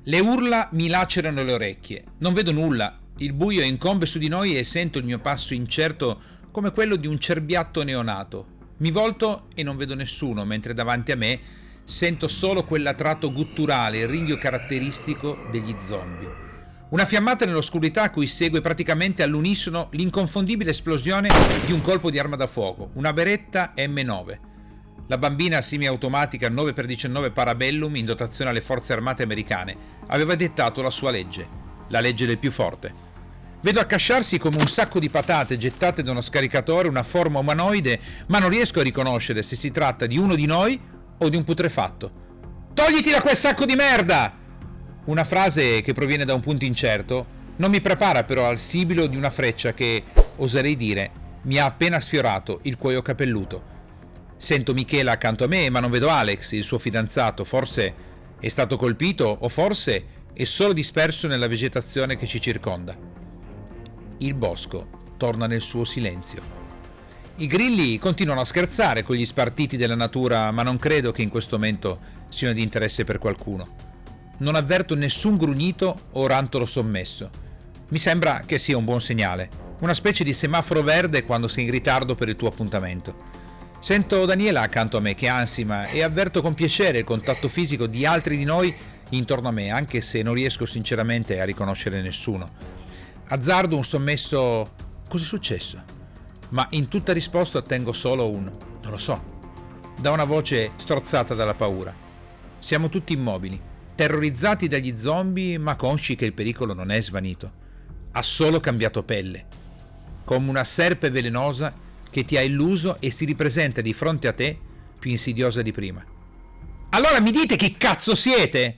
Le urla mi lacerano le orecchie. Non vedo nulla. Il buio incombe su di noi e sento il mio passo incerto come quello di un cerbiatto neonato. Mi volto e non vedo nessuno, mentre davanti a me sento solo quell'attratto gutturale, il ringhio caratteristico degli zombie. Una fiammata nell'oscurità a cui segue praticamente all'unisono l'inconfondibile esplosione di un colpo di arma da fuoco, una Beretta M9. La bambina semiautomatica 9x19 Parabellum in dotazione alle forze armate americane aveva dettato la sua legge, la legge del più forte. Vedo accasciarsi come un sacco di patate gettate da uno scaricatore una forma umanoide, ma non riesco a riconoscere se si tratta di uno di noi o di un putrefatto. Togliti da quel sacco di merda! Una frase che proviene da un punto incerto non mi prepara però al sibilo di una freccia che, oserei dire, mi ha appena sfiorato il cuoio capelluto. Sento Michela accanto a me, ma non vedo Alex, il suo fidanzato. Forse è stato colpito o forse è solo disperso nella vegetazione che ci circonda. Il bosco torna nel suo silenzio. I grilli continuano a scherzare con gli spartiti della natura, ma non credo che in questo momento siano di interesse per qualcuno. Non avverto nessun grugnito o rantolo sommesso. Mi sembra che sia un buon segnale, una specie di semaforo verde quando sei in ritardo per il tuo appuntamento. Sento Daniela accanto a me che ansima e avverto con piacere il contatto fisico di altri di noi intorno a me, anche se non riesco sinceramente a riconoscere nessuno. Azzardo un sommesso «Cos'è successo?» Ma in tutta risposta ottengo solo un «Non lo so», da una voce strozzata dalla paura. Siamo tutti immobili, terrorizzati dagli zombie, ma consci che il pericolo non è svanito. Ha solo cambiato pelle, come una serpe velenosa che ti ha illuso e si ripresenta di fronte a te più insidiosa di prima. Allora mi dite chi cazzo siete?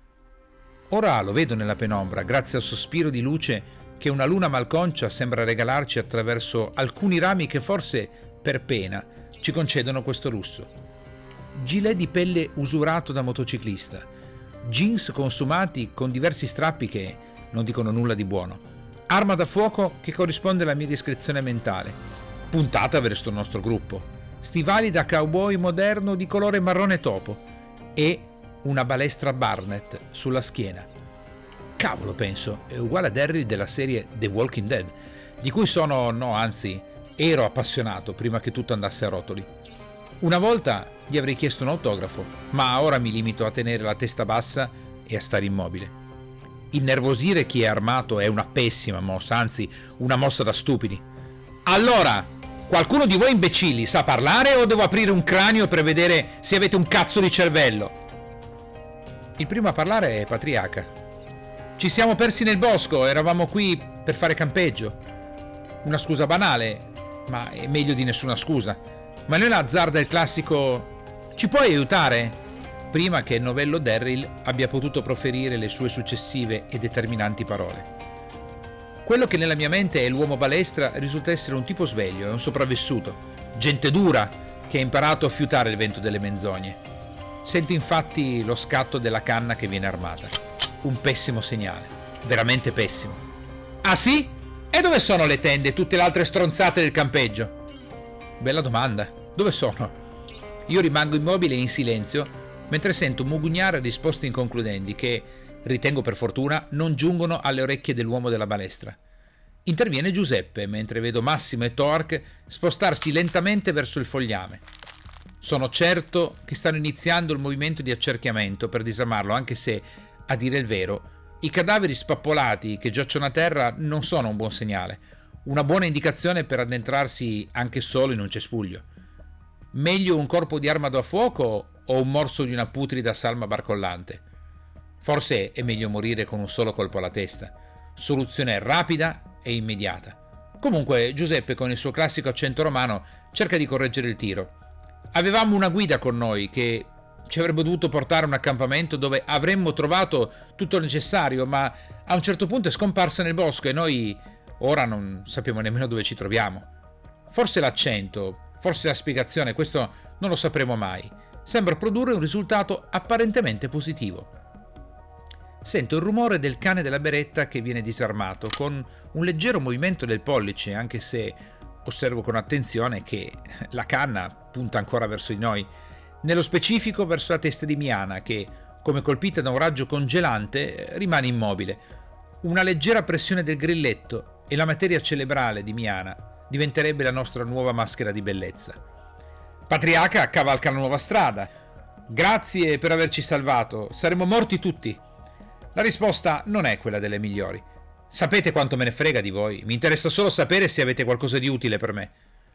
Ora lo vedo nella penombra, grazie al sospiro di luce che una luna malconcia sembra regalarci attraverso alcuni rami che forse, per pena, ci concedono questo lusso. Gilet di pelle usurato da motociclista, jeans consumati con diversi strappi che non dicono nulla di buono, arma da fuoco che corrisponde alla mia descrizione mentale, puntata verso il nostro gruppo, stivali da cowboy moderno di colore marrone topo e una balestra Barnett sulla schiena. Cavolo, penso, è uguale a Daryl della serie The Walking Dead, di cui ero appassionato prima che tutto andasse a rotoli. Una volta gli avrei chiesto un autografo, ma ora mi limito a tenere la testa bassa e a stare immobile. Innervosire chi è armato è una pessima mossa, anzi, una mossa da stupidi. Allora, qualcuno di voi imbecilli sa parlare o devo aprire un cranio per vedere se avete un cazzo di cervello? Il primo a parlare è Patriarca. Ci siamo persi nel bosco, eravamo qui per fare campeggio. Una scusa banale, ma è meglio di nessuna scusa. Manuela azzarda il classico «Ci puoi aiutare?» prima che il novello Daryl abbia potuto proferire le sue successive e determinanti parole. Quello che nella mia mente è l'uomo balestra risulta essere un tipo sveglio, è un sopravvissuto, gente dura che ha imparato a fiutare il vento delle menzogne. Sento infatti lo scatto della canna che viene armata. Un pessimo segnale, veramente pessimo. Ah sì? E dove sono le tende e tutte le altre stronzate del campeggio? Bella domanda, dove sono? Io rimango immobile e in silenzio mentre sento mugugnare risposte inconcludenti che, ritengo per fortuna, non giungono alle orecchie dell'uomo della balestra. Interviene Giuseppe mentre vedo Massimo e Torque spostarsi lentamente verso il fogliame. Sono certo che stanno iniziando il movimento di accerchiamento per disarmarlo, anche se, a dire il vero, i cadaveri spappolati che giacciono a terra non sono un buon segnale, una buona indicazione per addentrarsi anche solo in un cespuglio. Meglio un corpo di arma da fuoco o un morso di una putrida salma barcollante? Forse è meglio morire con un solo colpo alla testa. Soluzione rapida e immediata. Comunque Giuseppe, con il suo classico accento romano, cerca di correggere il tiro. Avevamo una guida con noi che ci avrebbe dovuto portare a un accampamento dove avremmo trovato tutto il necessario, ma a un certo punto è scomparsa nel bosco e noi ora non sappiamo nemmeno dove ci troviamo. Forse l'accento, forse la spiegazione, questo non lo sapremo mai. Sembra produrre un risultato apparentemente positivo. Sento il rumore del cane della beretta che viene disarmato, con un leggero movimento del pollice, anche se osservo con attenzione che la canna punta ancora verso di noi, nello specifico verso la testa di Miana che, come colpita da un raggio congelante, rimane immobile. Una leggera pressione del grilletto e la materia cerebrale di Miana diventerebbe la nostra nuova maschera di bellezza. Patriarca cavalca la nuova strada. Grazie per averci salvato, saremmo morti tutti. La risposta non è quella delle migliori. Sapete quanto me ne frega di voi, mi interessa solo sapere se avete qualcosa di utile per me.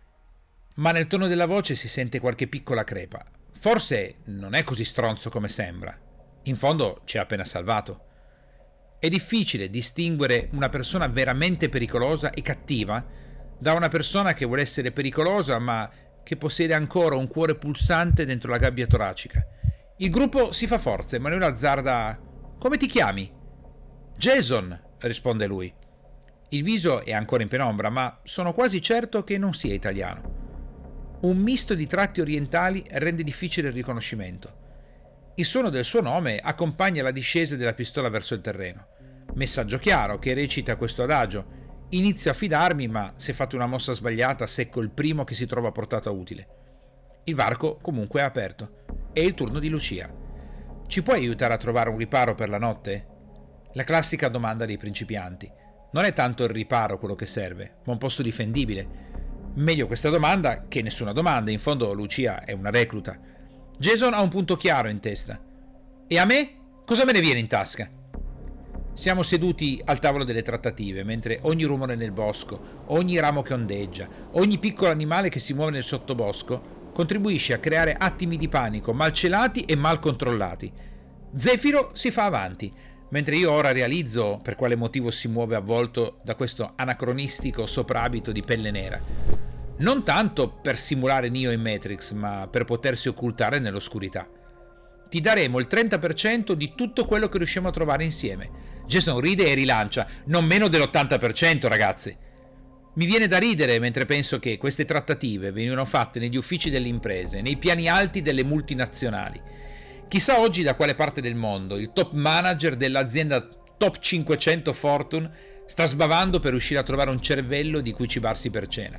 Ma nel tono della voce si sente qualche piccola crepa. Forse non è così stronzo come sembra. In fondo ci ha appena salvato. È difficile distinguere una persona veramente pericolosa e cattiva da una persona che vuole essere pericolosa ma che possiede ancora un cuore pulsante dentro la gabbia toracica. Il gruppo si fa forza e Emanuele azzarda: «Come ti chiami?» «Jason», risponde lui. Il viso è ancora in penombra, ma sono quasi certo che non sia italiano. Un misto di tratti orientali rende difficile il riconoscimento. Il suono del suo nome accompagna la discesa della pistola verso il terreno. Messaggio chiaro che recita questo adagio: inizio a fidarmi, ma se fate una mossa sbagliata secco il primo che si trova a portata utile. Il varco comunque è aperto. È il turno di Lucia. Ci puoi aiutare a trovare un riparo per la notte? La classica domanda dei principianti. Non è tanto il riparo quello che serve, ma un posto difendibile. Meglio questa domanda che nessuna domanda, in fondo Lucia è una recluta. Jason ha un punto chiaro in testa. E a me? Cosa me ne viene in tasca? Siamo seduti al tavolo delle trattative, mentre ogni rumore nel bosco, ogni ramo che ondeggia, ogni piccolo animale che si muove nel sottobosco contribuisce a creare attimi di panico mal celati e mal controllati. Zefiro si fa avanti, mentre io ora realizzo per quale motivo si muove avvolto da questo anacronistico soprabito di pelle nera. Non tanto per simulare Neo in Matrix, ma per potersi occultare nell'oscurità. Ti daremo il 30% di tutto quello che riusciamo a trovare insieme. Jason ride e rilancia: non meno dell'80%, ragazzi. Mi viene da ridere mentre penso che queste trattative venivano fatte negli uffici delle imprese, nei piani alti delle multinazionali. Chissà oggi da quale parte del mondo il top manager dell'azienda top 500 Fortune sta sbavando per riuscire a trovare un cervello di cui cibarsi per cena.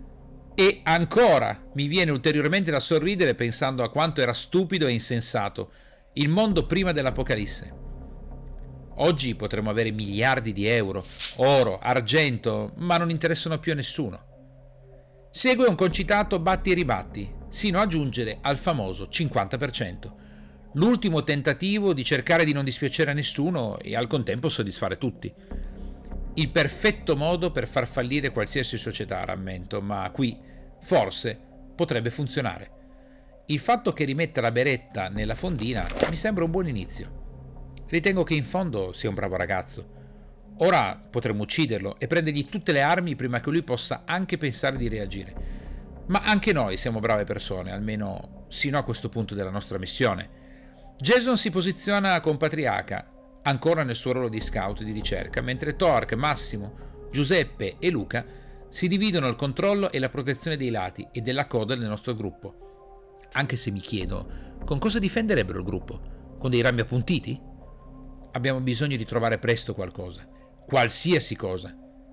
E ancora mi viene ulteriormente da sorridere pensando a quanto era stupido e insensato il mondo prima dell'Apocalisse. Oggi potremmo avere miliardi di euro, oro, argento, ma non interessano più a nessuno. Segue un concitato batti e ribatti, sino a giungere al famoso 50%, l'ultimo tentativo di cercare di non dispiacere a nessuno e al contempo soddisfare tutti. Il perfetto modo per far fallire qualsiasi società, rammento, ma qui, forse, potrebbe funzionare. Il fatto che rimetta la beretta nella fondina mi sembra un buon inizio. Ritengo che in fondo sia un bravo ragazzo. Ora potremmo ucciderlo e prendergli tutte le armi prima che lui possa anche pensare di reagire. Ma anche noi siamo brave persone, almeno sino a questo punto della nostra missione. Jason si posiziona con Patriarca, ancora nel suo ruolo di scout di ricerca, mentre Torque, Massimo, Giuseppe e Luca si dividono il controllo e la protezione dei lati e della coda del nostro gruppo. Anche se mi chiedo, con cosa difenderebbero il gruppo? Con dei rami appuntiti? Abbiamo bisogno di trovare presto qualcosa, qualsiasi cosa.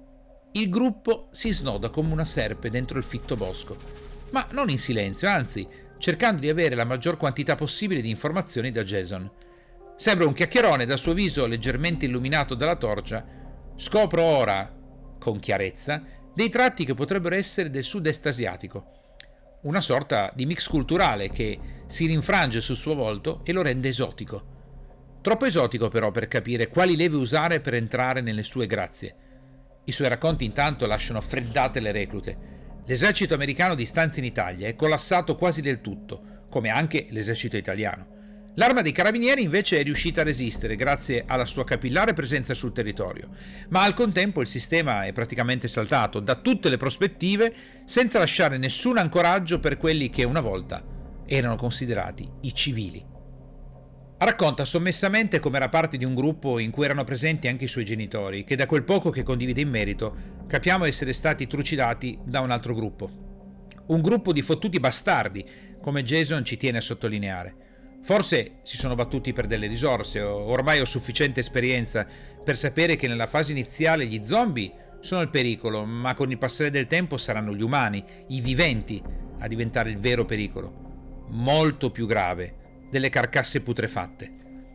Il gruppo si snoda come una serpe dentro il fitto bosco, ma non in silenzio, anzi, cercando di avere la maggior quantità possibile di informazioni da Jason. Sembra un chiacchierone, dal suo viso leggermente illuminato dalla torcia. Scopro ora, con chiarezza, dei tratti che potrebbero essere del sud-est asiatico. Una sorta di mix culturale che si rinfrange sul suo volto e lo rende esotico. Troppo esotico però per capire quali leve usare per entrare nelle sue grazie. I suoi racconti intanto lasciano freddate le reclute. L'esercito americano di stanza in Italia è collassato quasi del tutto, come anche l'esercito italiano. L'arma dei carabinieri invece è riuscita a resistere grazie alla sua capillare presenza sul territorio, ma al contempo il sistema è praticamente saltato da tutte le prospettive senza lasciare nessun ancoraggio per quelli che una volta erano considerati i civili. Racconta sommessamente come era parte di un gruppo in cui erano presenti anche i suoi genitori, che da quel poco che condivide in merito capiamo essere stati trucidati da un altro gruppo. Un gruppo di fottuti bastardi, come Jason ci tiene a sottolineare. Forse si sono battuti per delle risorse, ormai ho sufficiente esperienza per sapere che nella fase iniziale gli zombie sono il pericolo, ma con il passare del tempo saranno gli umani, i viventi, a diventare il vero pericolo, molto più grave delle carcasse putrefatte.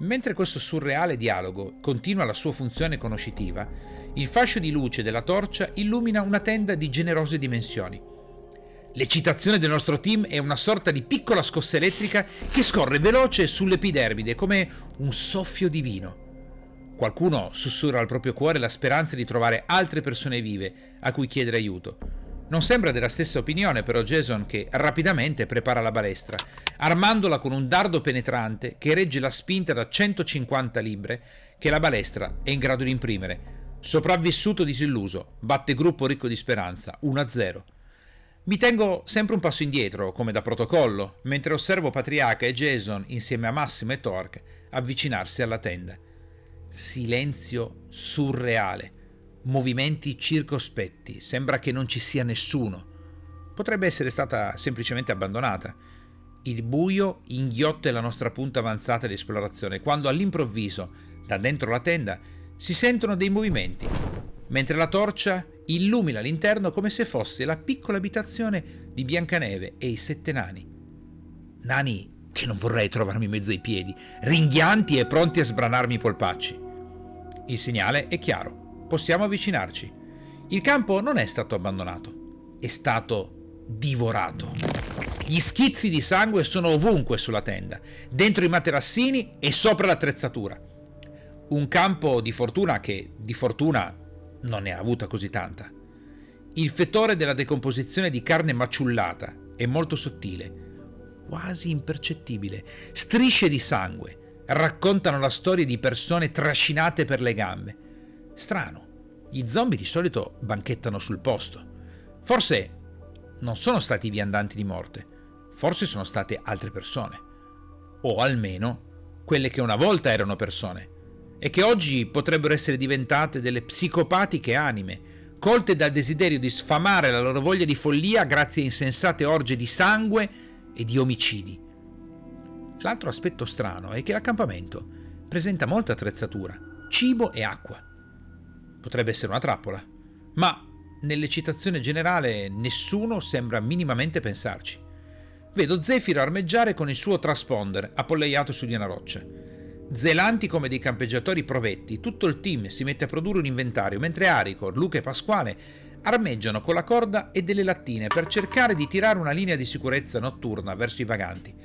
Mentre questo surreale dialogo continua la sua funzione conoscitiva, il fascio di luce della torcia illumina una tenda di generose dimensioni. L'eccitazione del nostro team è una sorta di piccola scossa elettrica che scorre veloce sull'epidermide come un soffio divino. Qualcuno sussurra al proprio cuore la speranza di trovare altre persone vive a cui chiedere aiuto. Non sembra della stessa opinione però Jason, che rapidamente prepara la balestra, armandola con un dardo penetrante che regge la spinta da 150 libbre che la balestra è in grado di imprimere. Sopravvissuto disilluso, batte gruppo ricco di speranza, 1-0. Mi tengo sempre un passo indietro, come da protocollo, mentre osservo Patriarca e Jason, insieme a Massimo e Torque, avvicinarsi alla tenda. Silenzio surreale. Movimenti circospetti, sembra che non ci sia nessuno. Potrebbe essere stata semplicemente abbandonata. Il buio inghiotte la nostra punta avanzata di esplorazione, quando all'improvviso, da dentro la tenda, si sentono dei movimenti, mentre la torcia illumina l'interno come se fosse la piccola abitazione di Biancaneve e i 7 nani. Nani che non vorrei trovarmi in mezzo ai piedi, ringhianti e pronti a sbranarmi i polpacci. Il segnale è chiaro, possiamo avvicinarci. Il campo non è stato abbandonato, è stato divorato. Gli schizzi di sangue sono ovunque sulla tenda, dentro i materassini e sopra l'attrezzatura. Un campo di fortuna che, di fortuna, non ne ha avuta così tanta. Il fetore della decomposizione di carne maciullata è molto sottile, quasi impercettibile. Strisce di sangue raccontano la storia di persone trascinate per le gambe. Strano, gli zombie di solito banchettano sul posto. Forse non sono stati viandanti di morte, forse sono state altre persone. O almeno quelle che una volta erano persone e che oggi potrebbero essere diventate delle psicopatiche anime, colte dal desiderio di sfamare la loro voglia di follia grazie a insensate orge di sangue e di omicidi. L'altro aspetto strano è che l'accampamento presenta molta attrezzatura, cibo e acqua. Potrebbe essere una trappola, ma nell'eccitazione generale nessuno sembra minimamente pensarci. Vedo Zefiro armeggiare con il suo transponder appollaiato su di una roccia. Zelanti come dei campeggiatori provetti, tutto il team si mette a produrre un inventario, mentre Aricor, Luca e Pasquale armeggiano con la corda e delle lattine per cercare di tirare una linea di sicurezza notturna verso i vaganti.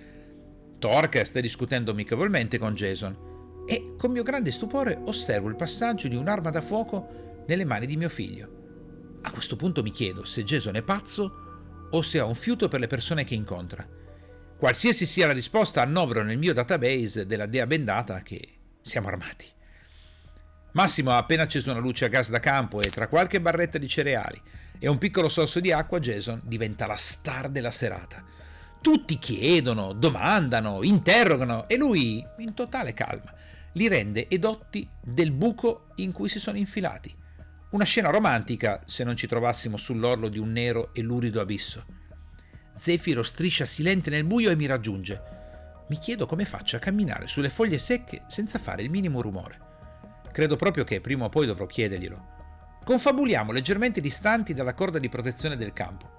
Torque sta discutendo amichevolmente con Jason e, con mio grande stupore, osservo il passaggio di un'arma da fuoco nelle mani di mio figlio. A questo punto mi chiedo se Jason è pazzo o se ha un fiuto per le persone che incontra. Qualsiasi sia la risposta, annovero nel mio database della dea bendata che siamo armati. Massimo ha appena acceso una luce a gas da campo e tra qualche barretta di cereali e un piccolo sorso di acqua Jason diventa la star della serata. Tutti chiedono, domandano, interrogano e lui, in totale calma, li rende edotti del buco in cui si sono infilati. Una scena romantica se non ci trovassimo sull'orlo di un nero e lurido abisso. Zefiro striscia silente nel buio e mi raggiunge. Mi chiedo come faccia a camminare sulle foglie secche senza fare il minimo rumore. Credo proprio che prima o poi dovrò chiederglielo. Confabuliamo leggermente distanti dalla corda di protezione del campo.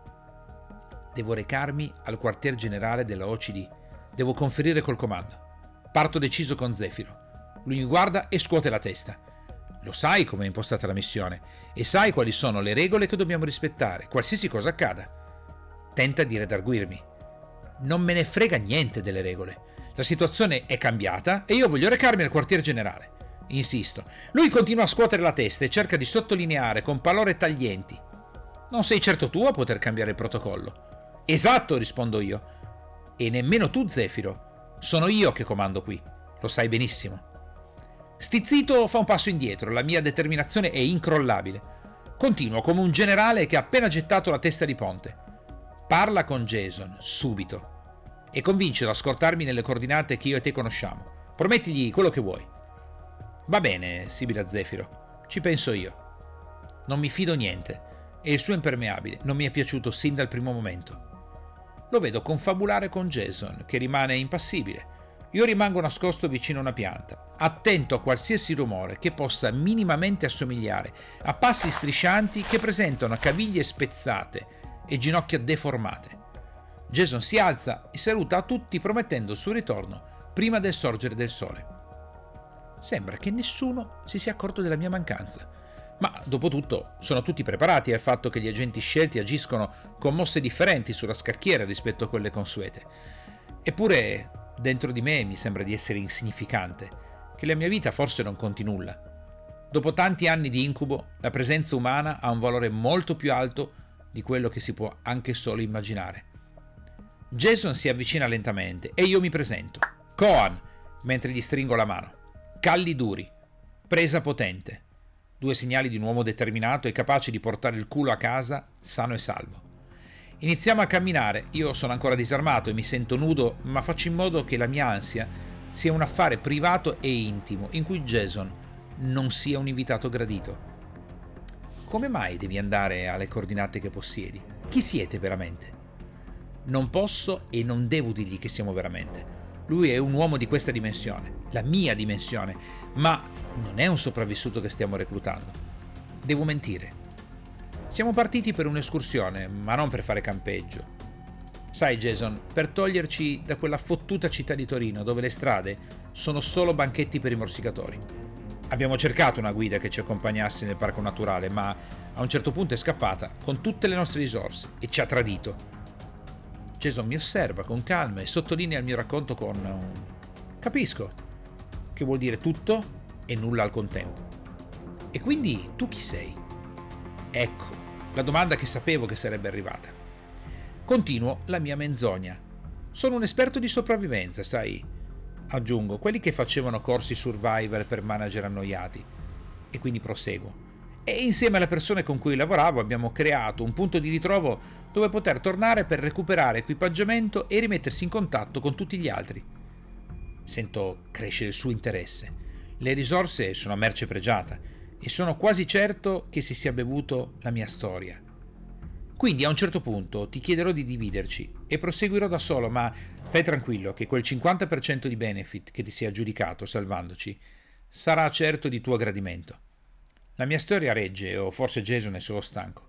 Devo recarmi al quartier generale della OCD. Devo conferire col comando. Parto deciso con Zefiro. Lui mi guarda e scuote la testa. Lo sai come è impostata la missione e sai quali sono le regole che dobbiamo rispettare, qualsiasi cosa accada. Tenta di redarguirmi. Non me ne frega niente delle regole. La situazione è cambiata e io voglio recarmi al quartier generale. Insisto. Lui continua a scuotere la testa e cerca di sottolineare con parole taglienti. Non sei certo tu a poter cambiare il protocollo. Esatto, rispondo io. E nemmeno tu, Zefiro. Sono io che comando qui. Lo sai benissimo. Stizzito fa un passo indietro. La mia determinazione è incrollabile. Continuo come un generale che ha appena gettato la testa di ponte. Parla con Jason, subito, e convincilo a scortarmi nelle coordinate che io e te conosciamo. Promettigli quello che vuoi. Va bene, sibila Zefiro, ci penso io. Non mi fido niente, e il suo impermeabile non mi è piaciuto sin dal primo momento. Lo vedo confabulare con Jason, che rimane impassibile. Io rimango nascosto vicino a una pianta, attento a qualsiasi rumore che possa minimamente assomigliare a passi striscianti che presentano caviglie spezzate e ginocchia deformate. Jason si alza e saluta a tutti promettendo il suo ritorno prima del sorgere del sole. Sembra che nessuno si sia accorto della mia mancanza. Ma, dopo tutto, sono tutti preparati al fatto che gli agenti scelti agiscono con mosse differenti sulla scacchiera rispetto a quelle consuete. Eppure, dentro di me mi sembra di essere insignificante, che la mia vita forse non conti nulla. Dopo tanti anni di incubo, la presenza umana ha un valore molto più alto di quello che si può anche solo immaginare. Jason si avvicina lentamente e io mi presento. Coan, mentre gli stringo la mano. Calli duri, presa potente. 2 segnali di un uomo determinato e capace di portare il culo a casa sano e salvo. Iniziamo a camminare, io sono ancora disarmato e mi sento nudo, ma faccio in modo che la mia ansia sia un affare privato e intimo, in cui Jason non sia un invitato gradito. Come mai devi andare alle coordinate che possiedi? Chi siete veramente? Non posso e non devo dirgli che siamo veramente. Lui è un uomo di questa dimensione, la mia dimensione, ma non è un sopravvissuto che stiamo reclutando. Devo mentire. Siamo partiti per un'escursione, ma non per fare campeggio. Sai, Jason, per toglierci da quella fottuta città di Torino, dove le strade sono solo banchetti per i morsicatori. Abbiamo cercato una guida che ci accompagnasse nel parco naturale, ma a un certo punto è scappata con tutte le nostre risorse e ci ha tradito. Jason mi osserva con calma e sottolinea il mio racconto con un capisco, che vuol dire tutto e nulla al contempo. E quindi tu chi sei? Ecco, la domanda che sapevo che sarebbe arrivata. Continuo la mia menzogna. Sono un esperto di sopravvivenza, sai? Aggiungo, quelli che facevano corsi survival per manager annoiati. E quindi proseguo. E insieme alle persone con cui lavoravo abbiamo creato un punto di ritrovo dove poter tornare per recuperare equipaggiamento e rimettersi in contatto con tutti gli altri. Sento crescere il suo interesse. Le risorse sono merce pregiata e sono quasi certo che si sia bevuto la mia storia. Quindi a un certo punto ti chiederò di dividerci e proseguirò da solo, ma stai tranquillo che quel 50% di benefit che ti sei aggiudicato salvandoci sarà certo di tuo gradimento. La mia storia regge, o forse Jason è solo stanco.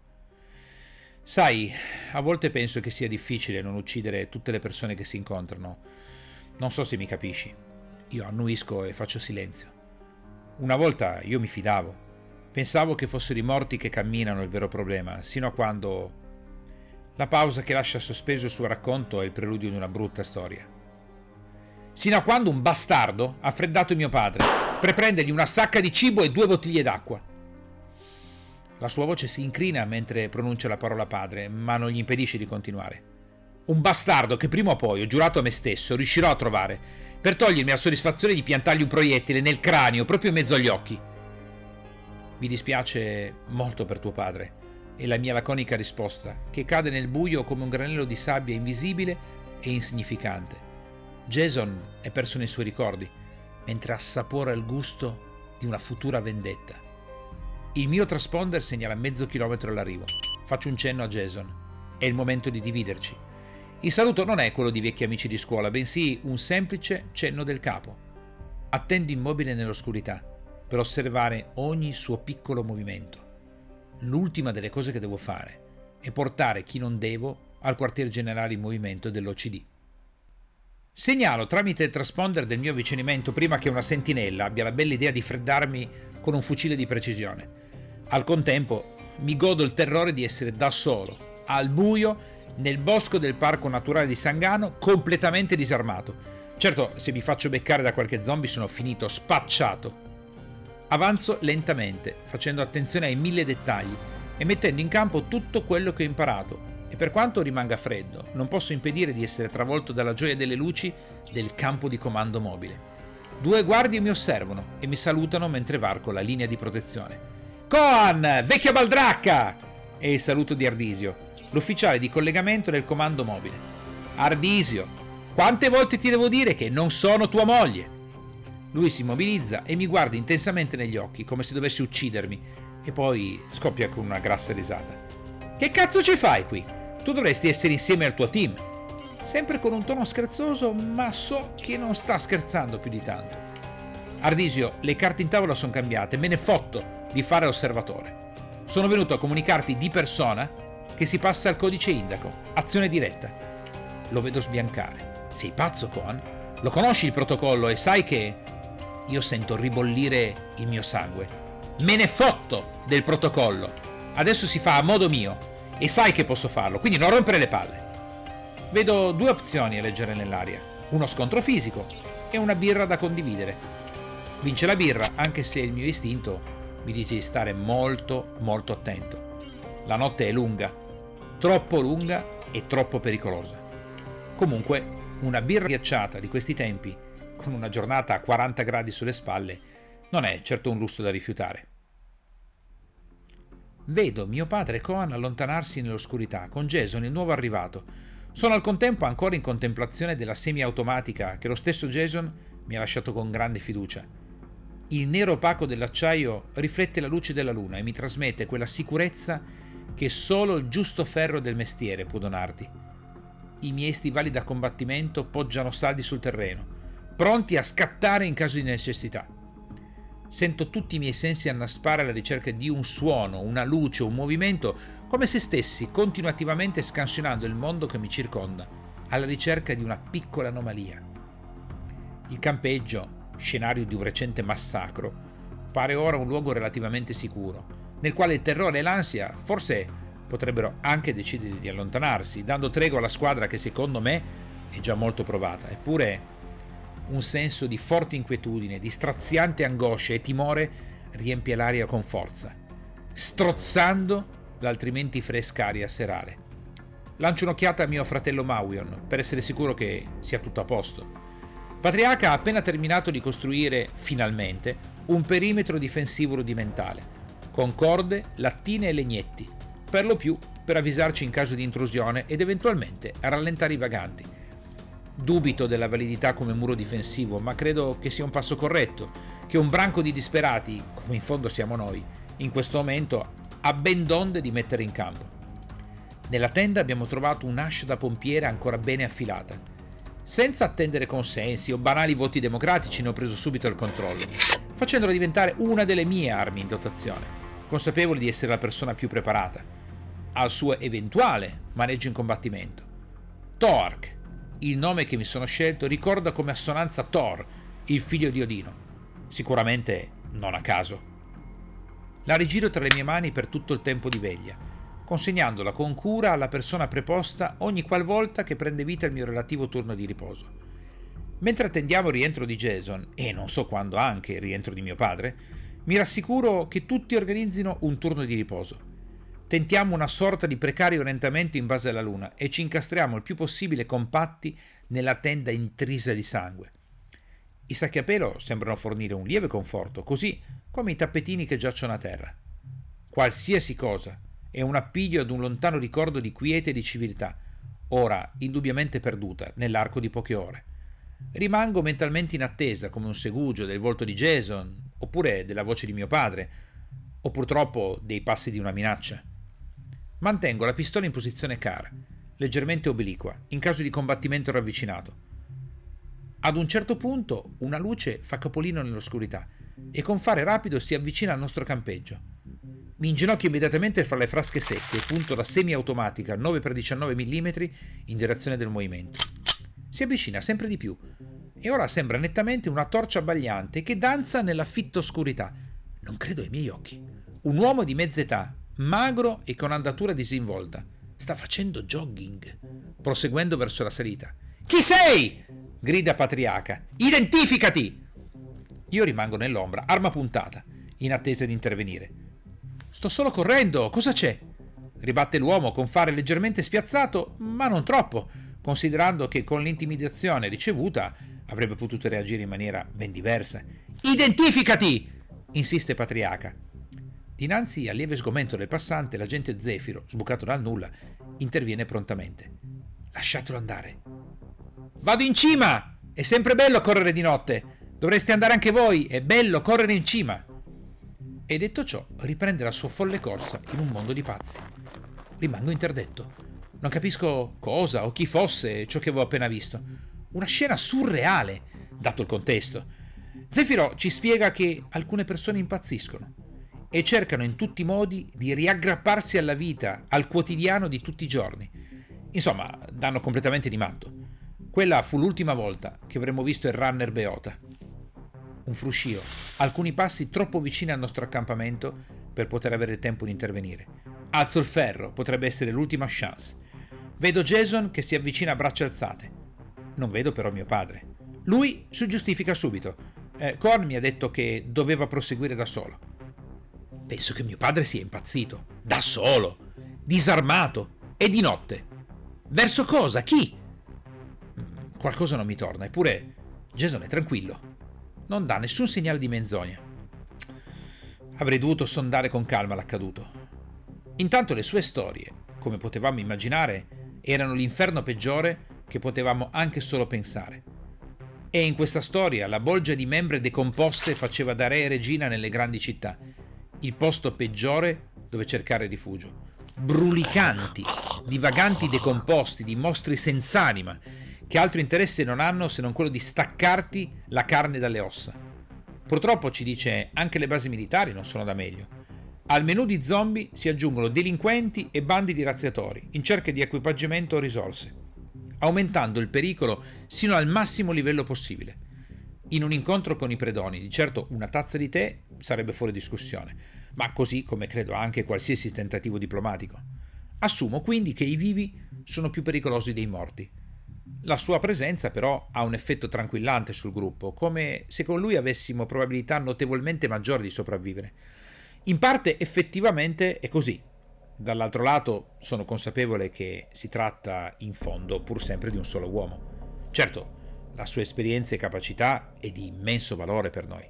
Sai, a volte penso che sia difficile non uccidere tutte le persone che si incontrano. Non so se mi capisci. Io annuisco e faccio silenzio. Una volta io mi fidavo. Pensavo che fossero i morti che camminano il vero problema, sino a quando... La pausa che lascia sospeso il suo racconto è il preludio di una brutta storia. Sino a quando un bastardo ha freddato mio padre per prendergli una sacca di cibo e 2 bottiglie d'acqua. La sua voce si incrina mentre pronuncia la parola padre, ma non gli impedisce di continuare. Un bastardo che prima o poi, ho giurato a me stesso, riuscirò a trovare, per togliermi la soddisfazione di piantargli un proiettile nel cranio, proprio in mezzo agli occhi. Mi dispiace molto per tuo padre, è la mia laconica risposta, che cade nel buio come un granello di sabbia invisibile e insignificante. Jason è perso nei suoi ricordi, mentre assapora il gusto di una futura vendetta. Il mio transponder segnala mezzo chilometro all'arrivo. Faccio un cenno a Jason. È il momento di dividerci. Il saluto non è quello di vecchi amici di scuola, bensì un semplice cenno del capo. Attendo immobile nell'oscurità per osservare ogni suo piccolo movimento. L'ultima delle cose che devo fare è portare chi non devo al quartier generale in movimento dell'OCD. Segnalo tramite il transponder del mio avvicinamento prima che una sentinella abbia la bella idea di freddarmi con un fucile di precisione. Al contempo mi godo il terrore di essere da solo, al buio, nel bosco del parco naturale di Sangano, completamente disarmato. Certo, se mi faccio beccare da qualche zombie sono finito spacciato. Avanzo lentamente, facendo attenzione ai 1000 dettagli e mettendo in campo tutto quello che ho imparato. E per quanto rimanga freddo, non posso impedire di essere travolto dalla gioia delle luci del campo di comando mobile. 2 guardie mi osservano e mi salutano mentre varco la linea di protezione. Coan, vecchia baldracca! È il saluto di Ardisio, l'ufficiale di collegamento del comando mobile. Ardisio, quante volte ti devo dire che non sono tua moglie? Lui si mobilizza e mi guarda intensamente negli occhi, come se dovesse uccidermi, e poi scoppia con una grassa risata. Che cazzo ci fai qui? Tu dovresti essere insieme al tuo team. Sempre con un tono scherzoso, ma so che non sta scherzando più di tanto. Ardisio, le carte in tavola sono cambiate, me ne fotto di fare osservatore. Sono venuto a comunicarti di persona che si passa al codice Indaco, azione diretta. Lo vedo sbiancare. Sei pazzo, Coan? Lo conosci il protocollo e sai che... io sento ribollire il mio sangue. Me ne fotto del protocollo. Adesso si fa a modo mio e sai che posso farlo, quindi non rompere le palle. Vedo due opzioni a leggere nell'aria: uno scontro fisico e una birra da condividere. Vince la birra, anche se il mio istinto mi dice di stare molto molto attento. La notte è lunga, troppo lunga e troppo pericolosa. Comunque, una birra ghiacciata di questi tempi, con una giornata a 40 gradi sulle spalle, non è certo un lusso da rifiutare. Vedo mio padre e Coan allontanarsi nell'oscurità, con Jason, il nuovo arrivato. Sono al contempo ancora in contemplazione della semiautomatica che lo stesso Jason mi ha lasciato con grande fiducia. Il nero opaco dell'acciaio riflette la luce della luna e mi trasmette quella sicurezza che solo il giusto ferro del mestiere può donarti. I miei stivali da combattimento poggiano saldi sul terreno, pronti a scattare in caso di necessità. Sento tutti i miei sensi annaspare alla ricerca di un suono, una luce, un movimento, come se stessi continuativamente scansionando il mondo che mi circonda, alla ricerca di una piccola anomalia. Il campeggio, scenario di un recente massacro, pare ora un luogo relativamente sicuro, nel quale il terrore e l'ansia forse potrebbero anche decidere di allontanarsi, dando tregua alla squadra che secondo me è già molto provata. Eppure un senso di forte inquietudine, di straziante angoscia e timore riempie l'aria con forza, strozzando l'altrimenti fresca aria serale. Lancio un'occhiata a mio fratello Mawion per essere sicuro che sia tutto a posto. Patriarca ha appena terminato di costruire, finalmente, un perimetro difensivo rudimentale, con corde, lattine e legnetti, per lo più per avvisarci in caso di intrusione ed eventualmente a rallentare i vaganti. Dubito della validità come muro difensivo, ma credo che sia un passo corretto, che un branco di disperati, come in fondo siamo noi, in questo momento ha ben donde di mettere in campo. Nella tenda abbiamo trovato un'ascia da pompiere ancora bene affilata. Senza attendere consensi o banali voti democratici ne ho preso subito il controllo, facendola diventare una delle mie armi in dotazione, consapevole di essere la persona più preparata al suo eventuale maneggio in combattimento. Torque, il nome che mi sono scelto, ricorda come assonanza Thor, il figlio di Odino, sicuramente non a caso. La rigiro tra le mie mani per tutto il tempo di veglia, consegnandola con cura alla persona preposta ogni qualvolta che prende vita il mio relativo turno di riposo. Mentre attendiamo il rientro di Jason, e non so quando anche il rientro di mio padre, mi rassicuro che tutti organizzino un turno di riposo. Tentiamo una sorta di precario orientamento in base alla luna e ci incastriamo il più possibile compatti nella tenda intrisa di sangue. I sacchi a pelo sembrano fornire un lieve conforto, così come i tappetini che giacciono a terra. Qualsiasi cosa è un appiglio ad un lontano ricordo di quiete e di civiltà, ora indubbiamente perduta nell'arco di poche ore. Rimango mentalmente in attesa, come un segugio, del volto di Jason, oppure della voce di mio padre, o purtroppo dei passi di una minaccia. Mantengo la pistola in posizione cara, leggermente obliqua, in caso di combattimento ravvicinato. Ad un certo punto una luce fa capolino nell'oscurità e con fare rapido si avvicina al nostro campeggio. Mi inginocchio immediatamente fra le frasche secche e punto la semiautomatica 9x19 mm in direzione del movimento. Si avvicina sempre di più e ora sembra nettamente una torcia abbagliante che danza nella fitta oscurità. Non credo ai miei occhi. Un uomo di mezza età, magro e con andatura disinvolta, sta facendo jogging, proseguendo verso la salita. «Chi sei?» grida Patriarca. «Identificati!» Io rimango nell'ombra, arma puntata, in attesa di intervenire. «Sto solo correndo, cosa c'è?» ribatte l'uomo con fare leggermente spiazzato, ma non troppo, considerando che con l'intimidazione ricevuta avrebbe potuto reagire in maniera ben diversa. «Identificati!» insiste Patriarca. Dinanzi al lieve sgomento del passante, l'agente Zefiro, sbucato dal nulla, interviene prontamente. «Lasciatelo andare». «Vado in cima! È sempre bello correre di notte! Dovreste andare anche voi! È bello correre in cima!» E detto ciò, riprende la sua folle corsa in un mondo di pazzi. Rimango interdetto. Non capisco cosa o chi fosse ciò che avevo appena visto. Una scena surreale, dato il contesto. Zefiro ci spiega che alcune persone impazziscono e cercano in tutti i modi di riaggrapparsi alla vita, al quotidiano di tutti i giorni. Insomma, danno completamente di matto. Quella fu l'ultima volta che avremmo visto il runner Beota. Un fruscio, alcuni passi troppo vicini al nostro accampamento per poter avere il tempo di intervenire. Alzo il ferro, potrebbe essere l'ultima chance. Vedo Jason che si avvicina a braccia alzate. Non vedo però mio padre. Lui si giustifica subito. Korn mi ha detto che doveva proseguire da solo. Penso che mio padre sia impazzito. Da solo, disarmato e di notte. Verso cosa? Chi? Qualcosa non mi torna, eppure Jason è tranquillo. Non dà nessun segnale di menzogna. Avrei dovuto sondare con calma l'accaduto. Intanto le sue storie, come potevamo immaginare, erano l'inferno peggiore che potevamo anche solo pensare. E in questa storia la bolgia di membre decomposte faceva da re e regina nelle grandi città, il posto peggiore dove cercare rifugio. Brulicanti, divaganti decomposti, di mostri senz'anima, che altro interesse non hanno se non quello di staccarti la carne dalle ossa. Purtroppo, ci dice, anche le basi militari non sono da meglio. Al menù di zombie si aggiungono delinquenti e bandi di razziatori in cerca di equipaggiamento o risorse, aumentando il pericolo sino al massimo livello possibile. In un incontro con i predoni, di certo una tazza di tè sarebbe fuori discussione, ma così come credo anche qualsiasi tentativo diplomatico. Assumo quindi che i vivi sono più pericolosi dei morti. La sua presenza però ha un effetto tranquillante sul gruppo, come se con lui avessimo probabilità notevolmente maggiori di sopravvivere. In parte effettivamente è così. Dall'altro lato sono consapevole che si tratta in fondo pur sempre di un solo uomo. Certo, la sua esperienza e capacità è di immenso valore per noi.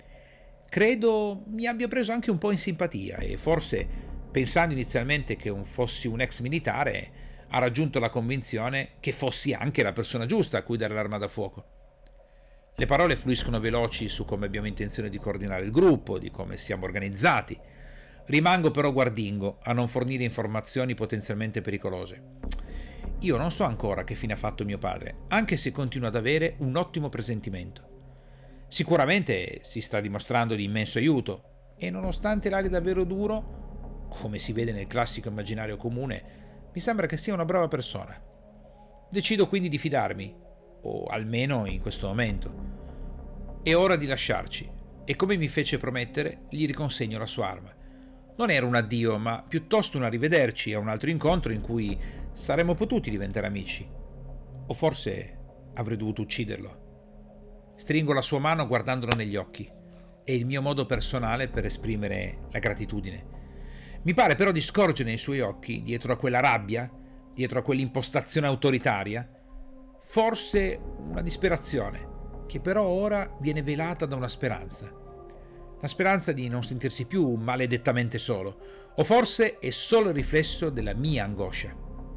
Credo mi abbia preso anche un po' in simpatia e forse, pensando inizialmente che fossi un ex militare, ha raggiunto la convinzione che fossi anche la persona giusta a cui dare l'arma da fuoco. Le parole fluiscono veloci su come abbiamo intenzione di coordinare il gruppo, di come siamo organizzati. Rimango però guardingo a non fornire informazioni potenzialmente pericolose. Io non so ancora che fine ha fatto mio padre, anche se continuo ad avere un ottimo presentimento. Sicuramente si sta dimostrando di immenso aiuto e nonostante l'aria davvero duro, come si vede nel classico immaginario comune, mi sembra che sia una brava persona. Decido quindi di fidarmi, o almeno in questo momento. È ora di lasciarci e come mi fece promettere gli riconsegno la sua arma. Non era un addio, ma piuttosto un arrivederci a un altro incontro in cui saremmo potuti diventare amici. O forse avrei dovuto ucciderlo. Stringo la sua mano guardandolo negli occhi. È il mio modo personale per esprimere la gratitudine. Mi pare però di scorgere nei suoi occhi, dietro a quella rabbia, dietro a quell'impostazione autoritaria, forse una disperazione, che però ora viene velata da una speranza. La speranza di non sentirsi più maledettamente solo, o forse è solo il riflesso della mia angoscia.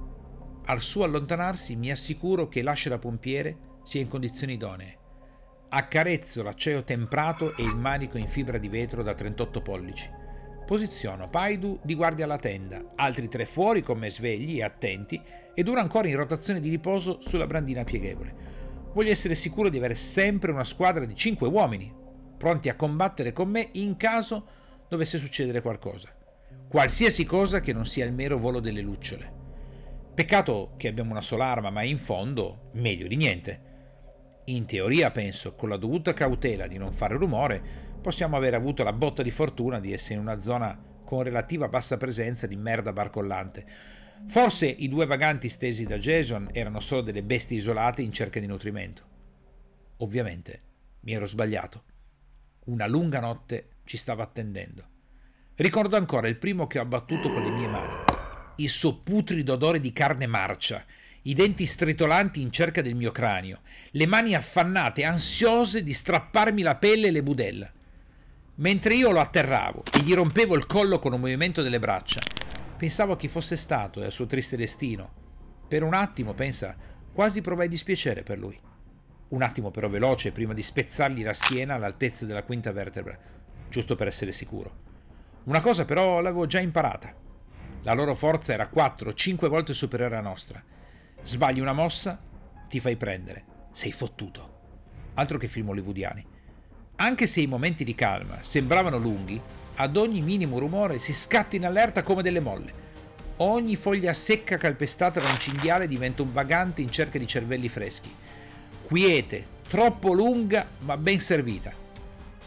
Al suo allontanarsi mi assicuro che l'ascia da pompiere sia in condizioni idonee. Accarezzo l'acciaio temprato e il manico in fibra di vetro da 38 pollici. Posiziono Paidu di guardia alla tenda, altri 3 fuori con me svegli e attenti ed uno ancora in rotazione di riposo sulla brandina pieghevole. Voglio essere sicuro di avere sempre una squadra di 5 uomini, pronti a combattere con me in caso dovesse succedere qualcosa. Qualsiasi cosa che non sia il mero volo delle lucciole. Peccato che abbiamo una sola arma, ma in fondo meglio di niente. In teoria, penso, con la dovuta cautela di non fare rumore, possiamo aver avuto la botta di fortuna di essere in una zona con relativa bassa presenza di merda barcollante. Forse i 2 vaganti stesi da Jason erano solo delle bestie isolate in cerca di nutrimento. Ovviamente mi ero sbagliato. Una lunga notte ci stava attendendo. Ricordo ancora il primo che ho abbattuto con le mie mani. Il suo putrido odore di carne marcia, i denti stritolanti in cerca del mio cranio, le mani affannate, ansiose di strapparmi la pelle e le budella. Mentre io lo atterravo e gli rompevo il collo con un movimento delle braccia, pensavo a chi fosse stato e al suo triste destino. Per un attimo, pensa, quasi provai dispiacere per lui. Un attimo però veloce prima di spezzargli la schiena all'altezza della quinta vertebra, giusto per essere sicuro. Una cosa però l'avevo già imparata. La loro forza era 4-5 volte superiore alla nostra. Sbagli una mossa, ti fai prendere. Sei fottuto. Altro che film hollywoodiani. Anche se i momenti di calma sembravano lunghi, ad ogni minimo rumore si scatta in allerta come delle molle. Ogni foglia secca calpestata da un cinghiale diventa un vagante in cerca di cervelli freschi. Quiete, troppo lunga ma ben servita.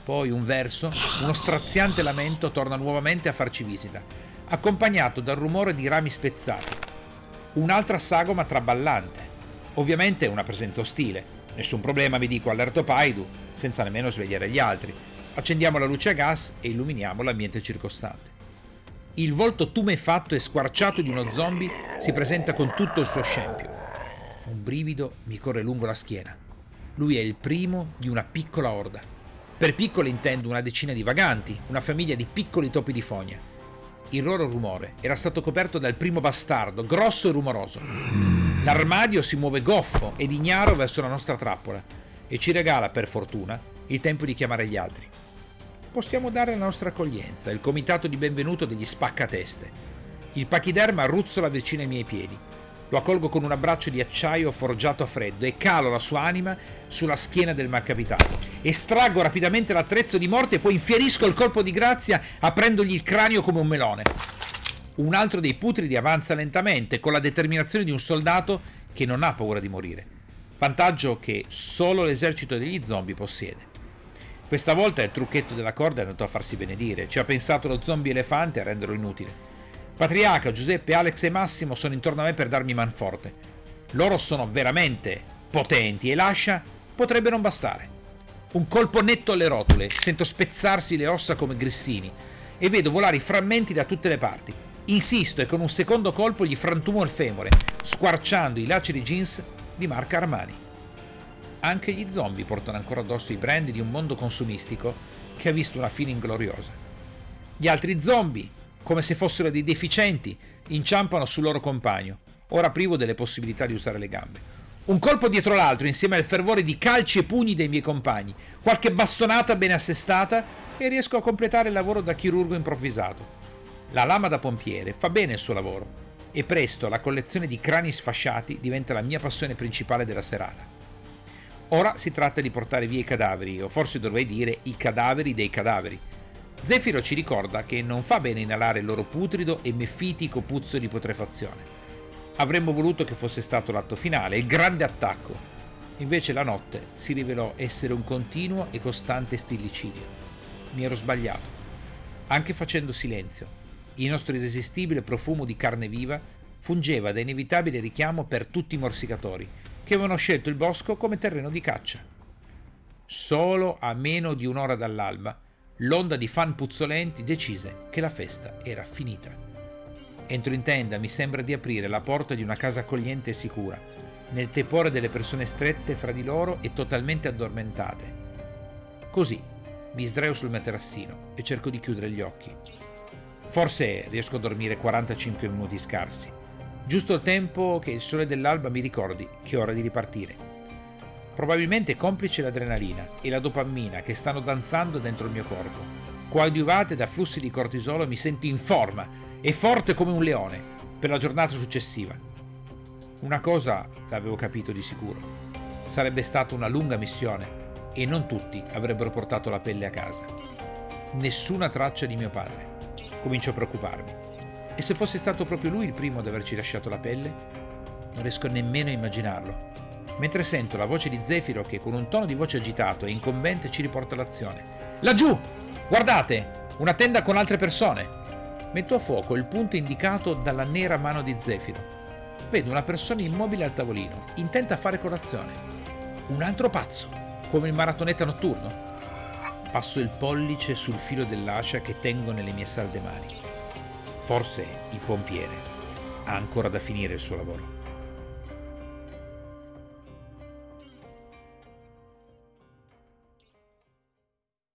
Poi un verso, uno straziante lamento torna nuovamente a farci visita, accompagnato dal rumore di rami spezzati. Un'altra sagoma traballante. Ovviamente una presenza ostile. Nessun problema, mi dico all'Ertopaidu, senza nemmeno svegliare gli altri. Accendiamo la luce a gas e illuminiamo l'ambiente circostante. Il volto tumefatto e squarciato di uno zombie si presenta con tutto il suo scempio. Un brivido mi corre lungo la schiena. Lui è il primo di una piccola orda. Per piccoli intendo una decina di vaganti, una famiglia di piccoli topi di fogna. Il loro rumore era stato coperto dal primo bastardo, grosso e rumoroso. L'armadio si muove goffo ed ignaro verso la nostra trappola e ci regala, per fortuna, il tempo di chiamare gli altri. Possiamo dare la nostra accoglienza, il comitato di benvenuto degli spaccateste. Il pachiderma ruzzola vicino ai miei piedi. Lo accolgo con un abbraccio di acciaio forgiato a freddo e calo la sua anima sulla schiena del malcapitato. Estraggo rapidamente l'attrezzo di morte e poi infierisco il colpo di grazia aprendogli il cranio come un melone. Un altro dei putridi avanza lentamente con la determinazione di un soldato che non ha paura di morire. Vantaggio che solo l'esercito degli zombie possiede. Questa volta il trucchetto della corda è andato a farsi benedire. Ci ha pensato lo zombie elefante a renderlo inutile. Patriarca, Giuseppe, Alex e Massimo sono intorno a me per darmi manforte. Loro sono veramente potenti e l'ascia potrebbe non bastare. Un colpo netto alle rotule, sento spezzarsi le ossa come grissini e vedo volare i frammenti da tutte le parti. Insisto e con un secondo colpo gli frantumo il femore, squarciando i laceri jeans di marca Armani. Anche gli zombie portano ancora addosso i brand di un mondo consumistico che ha visto una fine ingloriosa. Gli altri zombie, come se fossero dei deficienti, inciampano sul loro compagno, ora privo delle possibilità di usare le gambe. Un colpo dietro l'altro insieme al fervore di calci e pugni dei miei compagni, qualche bastonata ben assestata e riesco a completare il lavoro da chirurgo improvvisato. La lama da pompiere fa bene il suo lavoro e presto la collezione di crani sfasciati diventa la mia passione principale della serata. Ora si tratta di portare via i cadaveri, o forse dovrei dire i cadaveri dei cadaveri. Zefiro ci ricorda che non fa bene inalare il loro putrido e mefitico puzzo di putrefazione. Avremmo voluto che fosse stato l'atto finale, il grande attacco. Invece la notte si rivelò essere un continuo e costante stillicidio. Mi ero sbagliato. Anche facendo silenzio, il nostro irresistibile profumo di carne viva fungeva da inevitabile richiamo per tutti i morsicatori che avevano scelto il bosco come terreno di caccia. Solo a meno di un'ora dall'alba, l'onda di fan puzzolenti decise che la festa era finita. Entro in tenda, mi sembra di aprire la porta di una casa accogliente e sicura, nel tepore delle persone strette fra di loro e totalmente addormentate. Così mi sdraio sul materassino e cerco di chiudere gli occhi. Forse riesco a dormire 45 minuti scarsi, giusto il tempo che il sole dell'alba mi ricordi che è ora di ripartire. Probabilmente complice l'adrenalina e la dopamina che stanno danzando dentro il mio corpo. Coadiuvate da flussi di cortisolo mi sento in forma e forte come un leone per la giornata successiva. Una cosa l'avevo capito di sicuro. Sarebbe stata una lunga missione e non tutti avrebbero portato la pelle a casa. Nessuna traccia di mio padre. Comincio a preoccuparmi. E se fosse stato proprio lui il primo ad averci lasciato la pelle? Non riesco nemmeno a immaginarlo. Mentre sento la voce di Zefiro che con un tono di voce agitato e incombente ci riporta all'azione. Laggiù! Guardate! Una tenda con altre persone! Metto a fuoco il punto indicato dalla nera mano di Zefiro. Vedo una persona immobile al tavolino, intenta a fare colazione. Un altro pazzo, come il maratoneta notturno. Passo il pollice sul filo dell'ascia che tengo nelle mie salde mani. Forse il pompiere ha ancora da finire il suo lavoro.